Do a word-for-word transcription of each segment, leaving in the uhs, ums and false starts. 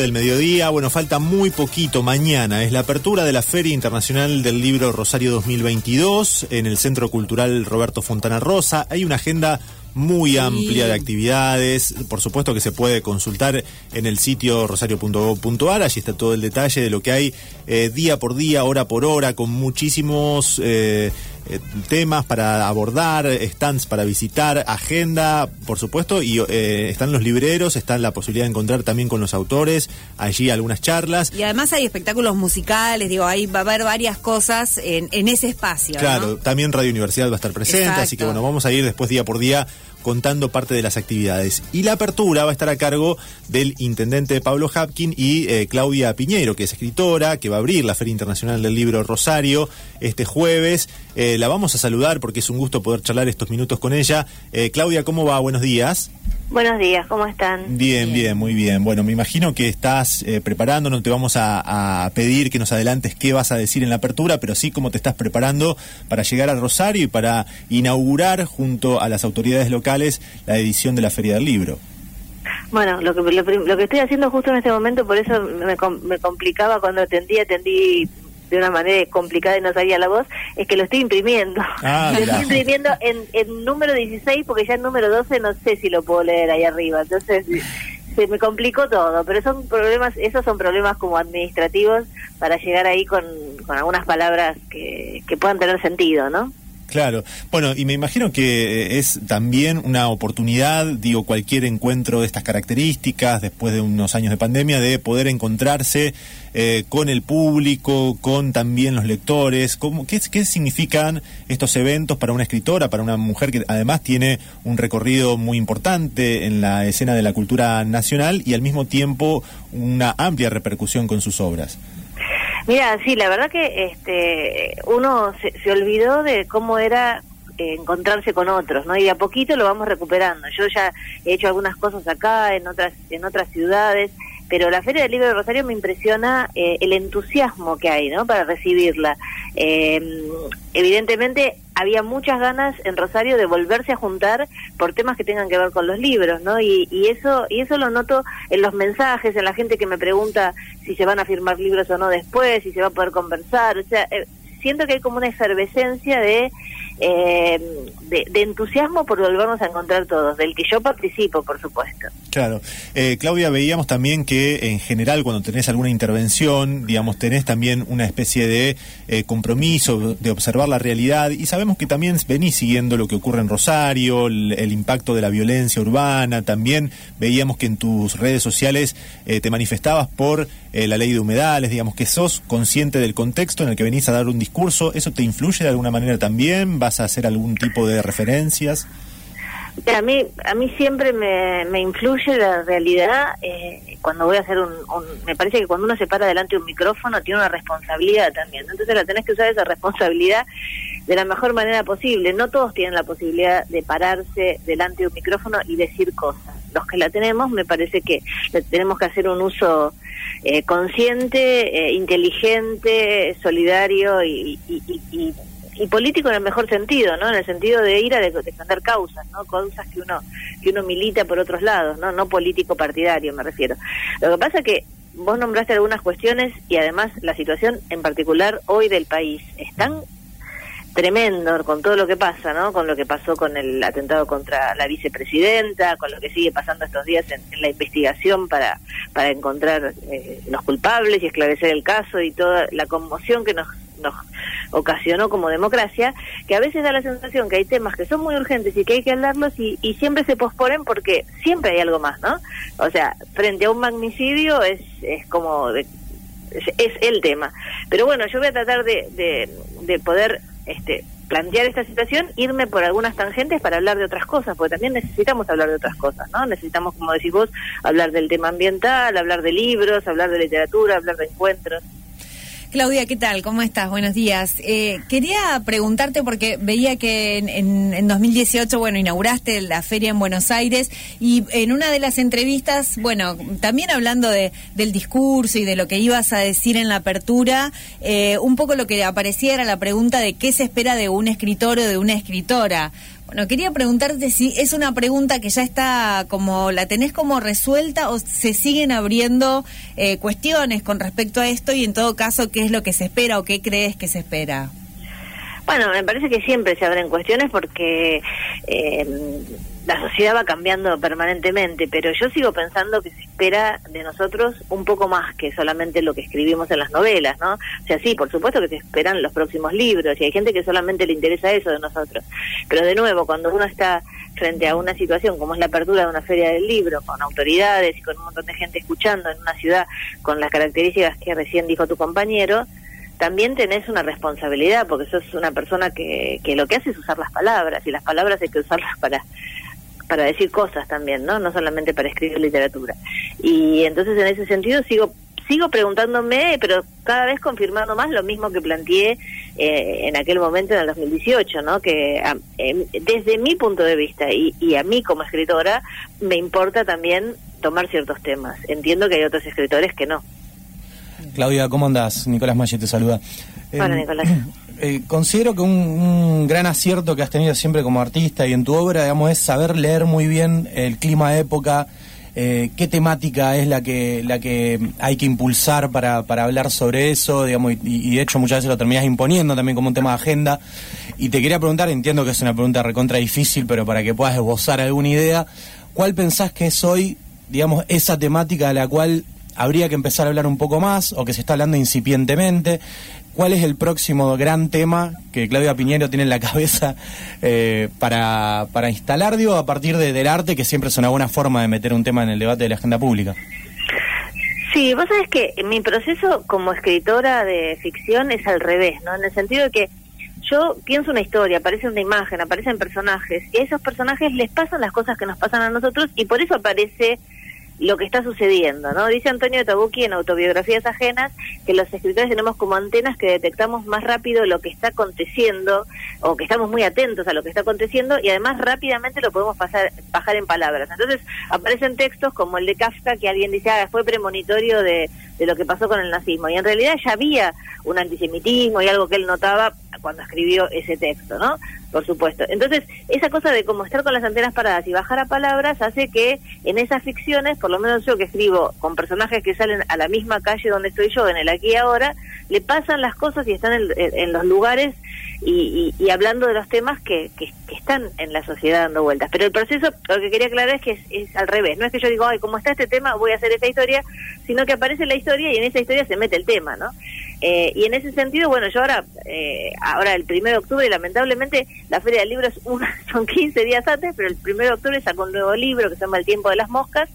del mediodía. Bueno, falta muy poquito. Mañana es la apertura de la Feria Internacional del Libro Rosario dos mil veintidós en el Centro Cultural Roberto Fontana Rosa. Hay una agenda muy sí. amplia de actividades, por supuesto que se puede consultar en el sitio rosario punto gob punto ar, allí está todo el detalle de lo que hay eh, día por día, hora por hora, con muchísimos eh, eh, temas para abordar, stands para visitar, agenda, por supuesto, y eh, están los libreros, está la posibilidad de encontrar también con los autores, allí algunas charlas. Y además hay espectáculos musicales, digo, ahí va a haber varias cosas en, en ese espacio. Claro, ¿no? También Radio Universidad va a estar presente, Exacto. Así que bueno, vamos a ir después día por día contando parte de las actividades. Y la apertura va a estar a cargo del intendente Pablo Hapkin y eh, Claudia Piñeiro, que es escritora, que va a abrir la Feria Internacional del Libro Rosario este jueves. Eh, la vamos a saludar porque es un gusto poder charlar estos minutos con ella. Eh, Claudia, ¿cómo va? Buenos días. Buenos días, ¿cómo están? Bien, bien, bien, muy bien. Bueno, me imagino que estás eh, preparando, no te vamos a, a pedir que nos adelantes qué vas a decir en la apertura, pero sí cómo te estás preparando para llegar a Rosario y para inaugurar junto a las autoridades locales la edición de la Feria del Libro. Bueno, lo que lo, lo que estoy haciendo justo en este momento, por eso me, me complicaba cuando atendí, atendí de una manera complicada y no salía la voz, es que lo estoy imprimiendo. Ah, lo estoy imprimiendo en, en número dieciséis, porque ya en número doce no sé si lo puedo leer ahí arriba, entonces se me complicó todo, pero son problemas, esos son problemas como administrativos para llegar ahí con, con algunas palabras que, que puedan tener sentido, ¿no? Claro, bueno, y me imagino que es también una oportunidad, digo, cualquier encuentro de estas características, después de unos años de pandemia, de poder encontrarse eh, con el público, con también los lectores. ¿Cómo, qué, ¿Qué significan estos eventos para una escritora, para una mujer que además tiene un recorrido muy importante en la escena de la cultura nacional y al mismo tiempo una amplia repercusión con sus obras? Mira, sí, la verdad que este uno se, se olvidó de cómo era eh, encontrarse con otros, ¿no? Y de a poquito lo vamos recuperando. Yo ya he hecho algunas cosas acá, en otras en otras ciudades, pero la Feria del Libro de Rosario me impresiona eh, el entusiasmo que hay, ¿no? Para recibirla. Eh, evidentemente había muchas ganas en Rosario de volverse a juntar por temas que tengan que ver con los libros, ¿no? Y, y eso y eso lo noto en los mensajes, en la gente que me pregunta si se van a firmar libros o no después, si se va a poder conversar. O sea, eh, siento que hay como una efervescencia de, eh, de, de entusiasmo por volvernos a encontrar todos, del que yo participo, por supuesto. Claro. Eh, Claudia, veíamos también que en general cuando tenés alguna intervención, digamos, tenés también una especie de eh, compromiso de observar la realidad, y sabemos que también venís siguiendo lo que ocurre en Rosario, el, el impacto de la violencia urbana. También veíamos que en tus redes sociales eh, te manifestabas por eh, la ley de humedales, digamos que sos consciente del contexto en el que venís a dar un discurso. ¿Eso te influye de alguna manera también? ¿Vas a hacer algún tipo de referencias? A mí a mí siempre me, me influye la realidad eh, cuando voy a hacer un, un... Me parece que cuando uno se para delante de un micrófono tiene una responsabilidad también, entonces la tenés que usar esa responsabilidad de la mejor manera posible. No todos tienen la posibilidad de pararse delante de un micrófono y decir cosas. Los que la tenemos, me parece que tenemos que hacer un uso eh, consciente, eh, inteligente, solidario y, y, y, y y político en el mejor sentido, ¿no? En el sentido de ir a defender causas, ¿no? Causas que uno que uno milita por otros lados, ¿no? No político partidario, me refiero. Lo que pasa es que vos nombraste algunas cuestiones y además la situación en particular hoy del país es tan tremendo con todo lo que pasa, ¿no? Con lo que pasó con el atentado contra la vicepresidenta, con lo que sigue pasando estos días en, en la investigación para para encontrar eh, los culpables y esclarecer el caso y toda la conmoción que nos nos ocasionó como democracia, que a veces da la sensación que hay temas que son muy urgentes y que hay que hablarlos y, y siempre se posponen porque siempre hay algo más, ¿no? O sea, frente a un magnicidio es es como de, es, es el tema. Pero bueno, yo voy a tratar de, de, de poder este plantear esta situación, irme por algunas tangentes para hablar de otras cosas, porque también necesitamos hablar de otras cosas, ¿no? Necesitamos, como decís vos, hablar del tema ambiental, hablar de libros, hablar de literatura, hablar de encuentros. Claudia, ¿qué tal? ¿Cómo estás? Buenos días. Eh, quería preguntarte, porque veía que en, en, en dos mil dieciocho, bueno, inauguraste la feria en Buenos Aires, y en una de las entrevistas, bueno, también hablando de, del discurso y de lo que ibas a decir en la apertura, eh, un poco lo que aparecía era la pregunta de qué se espera de un escritor o de una escritora, Bueno, quería preguntarte si es una pregunta que ya está como, ¿la tenés como resuelta o se siguen abriendo eh, cuestiones con respecto a esto y en todo caso, qué es lo que se espera o qué crees que se espera? Bueno, me parece que siempre se abren cuestiones porque eh, la sociedad va cambiando permanentemente, pero yo sigo pensando que se espera de nosotros un poco más que solamente lo que escribimos en las novelas, ¿no? O sea, sí, por supuesto que se esperan los próximos libros y hay gente que solamente le interesa eso de nosotros, pero de nuevo, cuando uno está frente a una situación como es la apertura de una feria del libro, con autoridades y con un montón de gente escuchando en una ciudad con las características que recién dijo tu compañero, también tenés una responsabilidad, porque sos una persona que, que lo que hace es usar las palabras, y las palabras hay que usarlas para para decir cosas también, ¿no? No solamente para escribir literatura. Y entonces en ese sentido sigo sigo preguntándome, pero cada vez confirmando más lo mismo que planteé eh, en aquel momento en el dos mil dieciocho, ¿no? Que a, eh, desde mi punto de vista y, y a mí como escritora me importa también tomar ciertos temas. Entiendo que hay otros escritores que no. Claudia, ¿cómo andás? Nicolás Maggi te saluda. Hola, eh, Nicolás. Eh, considero que un, un gran acierto que has tenido siempre como artista y en tu obra, digamos, es saber leer muy bien el clima de época, eh, qué temática es la que la que hay que impulsar para, para hablar sobre eso, digamos, y, y de hecho muchas veces lo terminás imponiendo también como un tema de agenda. Y te quería preguntar, entiendo que es una pregunta recontra difícil, pero para que puedas esbozar alguna idea, ¿cuál pensás que es hoy, digamos, esa temática de la cual habría que empezar a hablar un poco más o que se está hablando incipientemente? ¿Cuál es el próximo gran tema que Claudia Piñeiro tiene en la cabeza eh, para, para instalar, digo, a partir de, del arte, que siempre es una buena forma de meter un tema en el debate de la agenda pública? Sí, vos sabés que mi proceso como escritora de ficción es al revés, ¿no? En el sentido de que yo pienso una historia, aparece una imagen, aparecen personajes, y a esos personajes les pasan las cosas que nos pasan a nosotros, y por eso aparece lo que está sucediendo, ¿no? Dice Antonio Tabucchi en Autobiografías Ajenas que los escritores tenemos como antenas que detectamos más rápido lo que está aconteciendo, o que estamos muy atentos a lo que está aconteciendo, y además rápidamente lo podemos pasar, bajar en palabras. Entonces aparecen textos como el de Kafka, que alguien dice, ah, fue premonitorio de, de lo que pasó con el nazismo, y en realidad ya había un antisemitismo y algo que él notaba cuando escribió ese texto, ¿no? Por supuesto. Entonces, esa cosa de como estar con las antenas paradas y bajar a palabras hace que en esas ficciones, por lo menos yo que escribo con personajes que salen a la misma calle donde estoy yo, en el aquí y ahora, le pasan las cosas y están en, en, en los lugares y, y, y hablando de los temas que, que, que están en la sociedad dando vueltas. Pero el proceso, lo que quería aclarar es que es, es al revés. No es que yo digo, ay, como está este tema, voy a hacer esta historia, sino que aparece la historia y en esa historia se mete el tema, ¿no? Eh, y en ese sentido, bueno, yo ahora, eh, ahora el primero de octubre, lamentablemente, la Feria del Libro es una, son quince días antes, pero el primero de octubre sacó un nuevo libro que se llama El Tiempo de las Moscas,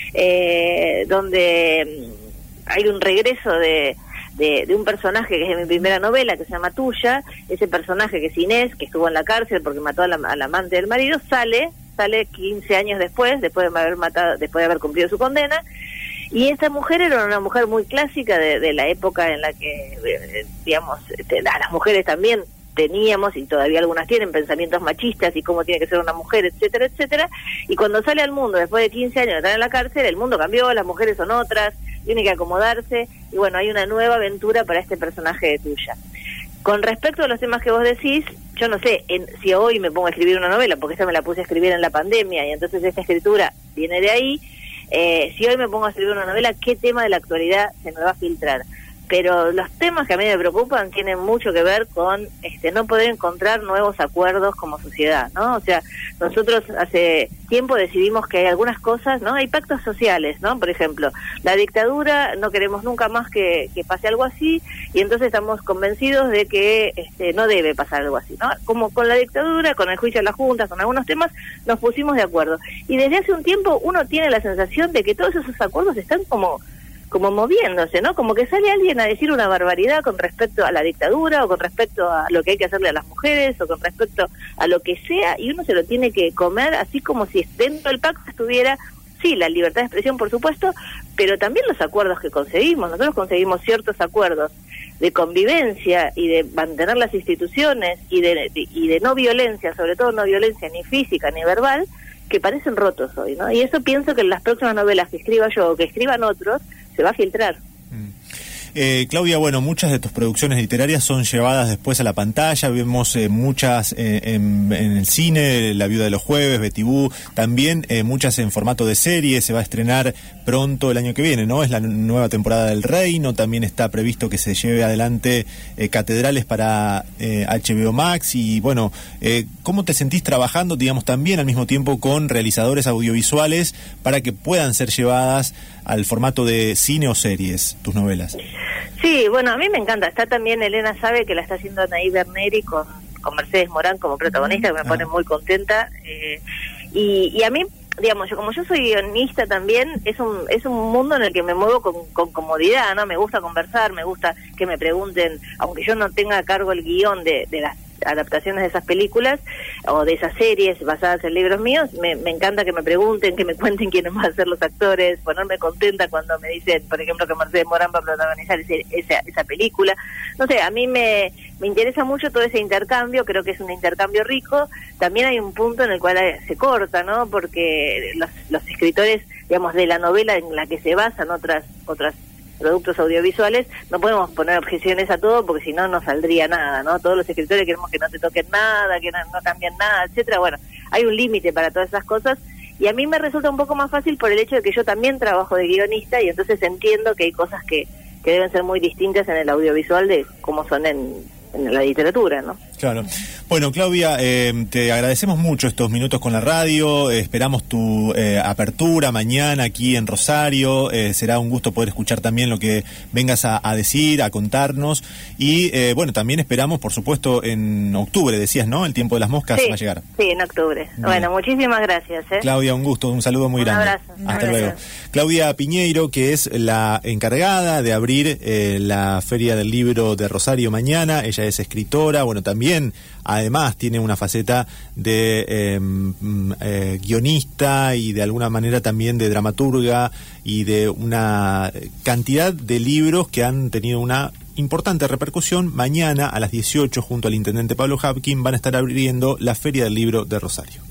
eh, donde hay un regreso de, de, de un personaje que es de mi primera novela, que se llama Tuya. Ese personaje, que es Inés, que estuvo en la cárcel porque mató a la, al amante del marido, sale, sale quince años después, después de haber matado, después de haber cumplido su condena. Y esta mujer era una mujer muy clásica de, de la época en la que, eh, digamos, te, las mujeres también teníamos, y todavía algunas tienen, pensamientos machistas y cómo tiene que ser una mujer, etcétera, etcétera. Y cuando sale al mundo, después de quince años de estar en la cárcel, el mundo cambió, las mujeres son otras, tiene que acomodarse, y bueno, hay una nueva aventura para este personaje de Tuya. Con respecto a los temas que vos decís, yo no sé en, si hoy me pongo a escribir una novela, porque esta me la puse a escribir en la pandemia, y entonces esta escritura viene de ahí. Eh, si hoy me pongo a escribir una novela, ¿qué tema de la actualidad se me va a filtrar? Pero los temas que a mí me preocupan tienen mucho que ver con este no poder encontrar nuevos acuerdos como sociedad, ¿no? O sea, nosotros hace tiempo decidimos que hay algunas cosas, ¿no? Hay pactos sociales, ¿no? Por ejemplo, la dictadura, no queremos nunca más que, que pase algo así, y entonces estamos convencidos de que este no debe pasar algo así, ¿no? Como con la dictadura, con el juicio a las juntas, con algunos temas, nos pusimos de acuerdo. Y desde hace un tiempo uno tiene la sensación de que todos esos acuerdos están como... como moviéndose, ¿no? Como que sale alguien a decir una barbaridad con respecto a la dictadura o con respecto a lo que hay que hacerle a las mujeres o con respecto a lo que sea, y uno se lo tiene que comer así como si dentro del pacto estuviera, sí, la libertad de expresión, por supuesto, pero también los acuerdos que conseguimos. Nosotros conseguimos ciertos acuerdos de convivencia y de mantener las instituciones y de, de, y de no violencia, sobre todo no violencia ni física ni verbal, que parecen rotos hoy, ¿no? Y eso pienso que en las próximas novelas que escriba yo o que escriban otros, se va a filtrar. Eh, Claudia, bueno, muchas de tus producciones literarias son llevadas después a la pantalla, vemos eh, muchas eh, en, en el cine, La viuda de los jueves, Betty Boo, también eh, muchas en formato de serie, se va a estrenar pronto el año que viene, ¿no? Es la nueva temporada del Reino, también está previsto que se lleve adelante eh, catedrales para eh, H B O Max y bueno, eh, ¿cómo te sentís trabajando, digamos, también al mismo tiempo con realizadores audiovisuales para que puedan ser llevadas al formato de cine o series, tus novelas? Sí, bueno, a mí me encanta. Está también Elena Sabe, que la está haciendo Anaí Berneri con, con Mercedes Morán como protagonista, que me ah. pone muy contenta. Eh, y, y a mí, digamos, yo como yo soy guionista también, es un es un mundo en el que me muevo con, con comodidad, ¿no? Me gusta conversar, me gusta que me pregunten, aunque yo no tenga a cargo el guión de, de las adaptaciones de esas películas o de esas series basadas en libros míos, me, me encanta que me pregunten, que me cuenten quiénes van a ser los actores, ponerme contenta cuando me dicen, por ejemplo, que Mercedes Morán va a protagonizar ese, esa, esa película. No sé, a mí me, me interesa mucho todo ese intercambio, creo que es un intercambio rico. También hay un punto en el cual se corta, ¿no? Porque los, los escritores, digamos, de la novela en la que se basan otras otras productos audiovisuales, no podemos poner objeciones a todo porque si no no saldría nada, ¿no? Todos los escritores queremos que no te toquen nada, que no, no cambien nada, etcétera. Bueno, hay un límite para todas esas cosas y a mí me resulta un poco más fácil por el hecho de que yo también trabajo de guionista y entonces entiendo que hay cosas que, que deben ser muy distintas en el audiovisual de cómo son en, en la literatura, ¿no? Claro. Bueno, Claudia, eh, te agradecemos mucho estos minutos con la radio, eh, esperamos tu eh, apertura mañana aquí en Rosario, eh, será un gusto poder escuchar también lo que vengas a, a decir, a contarnos, y eh, bueno, también esperamos, por supuesto, en octubre, decías, ¿no? El tiempo de las moscas sí, va a llegar. Sí, en octubre. Bien. Bueno, muchísimas gracias. ¿eh? Claudia, un gusto, un saludo muy un grande. Abrazo. Hasta Hasta luego. Claudia Piñeiro, que es la encargada de abrir eh, la Feria del Libro de Rosario mañana, ella es escritora, bueno, también además tiene una faceta de eh, eh, guionista y de alguna manera también de dramaturga y de una cantidad de libros que han tenido una importante repercusión. Mañana a las dieciocho junto al intendente Pablo Hapkin van a estar abriendo la Feria del Libro de Rosario.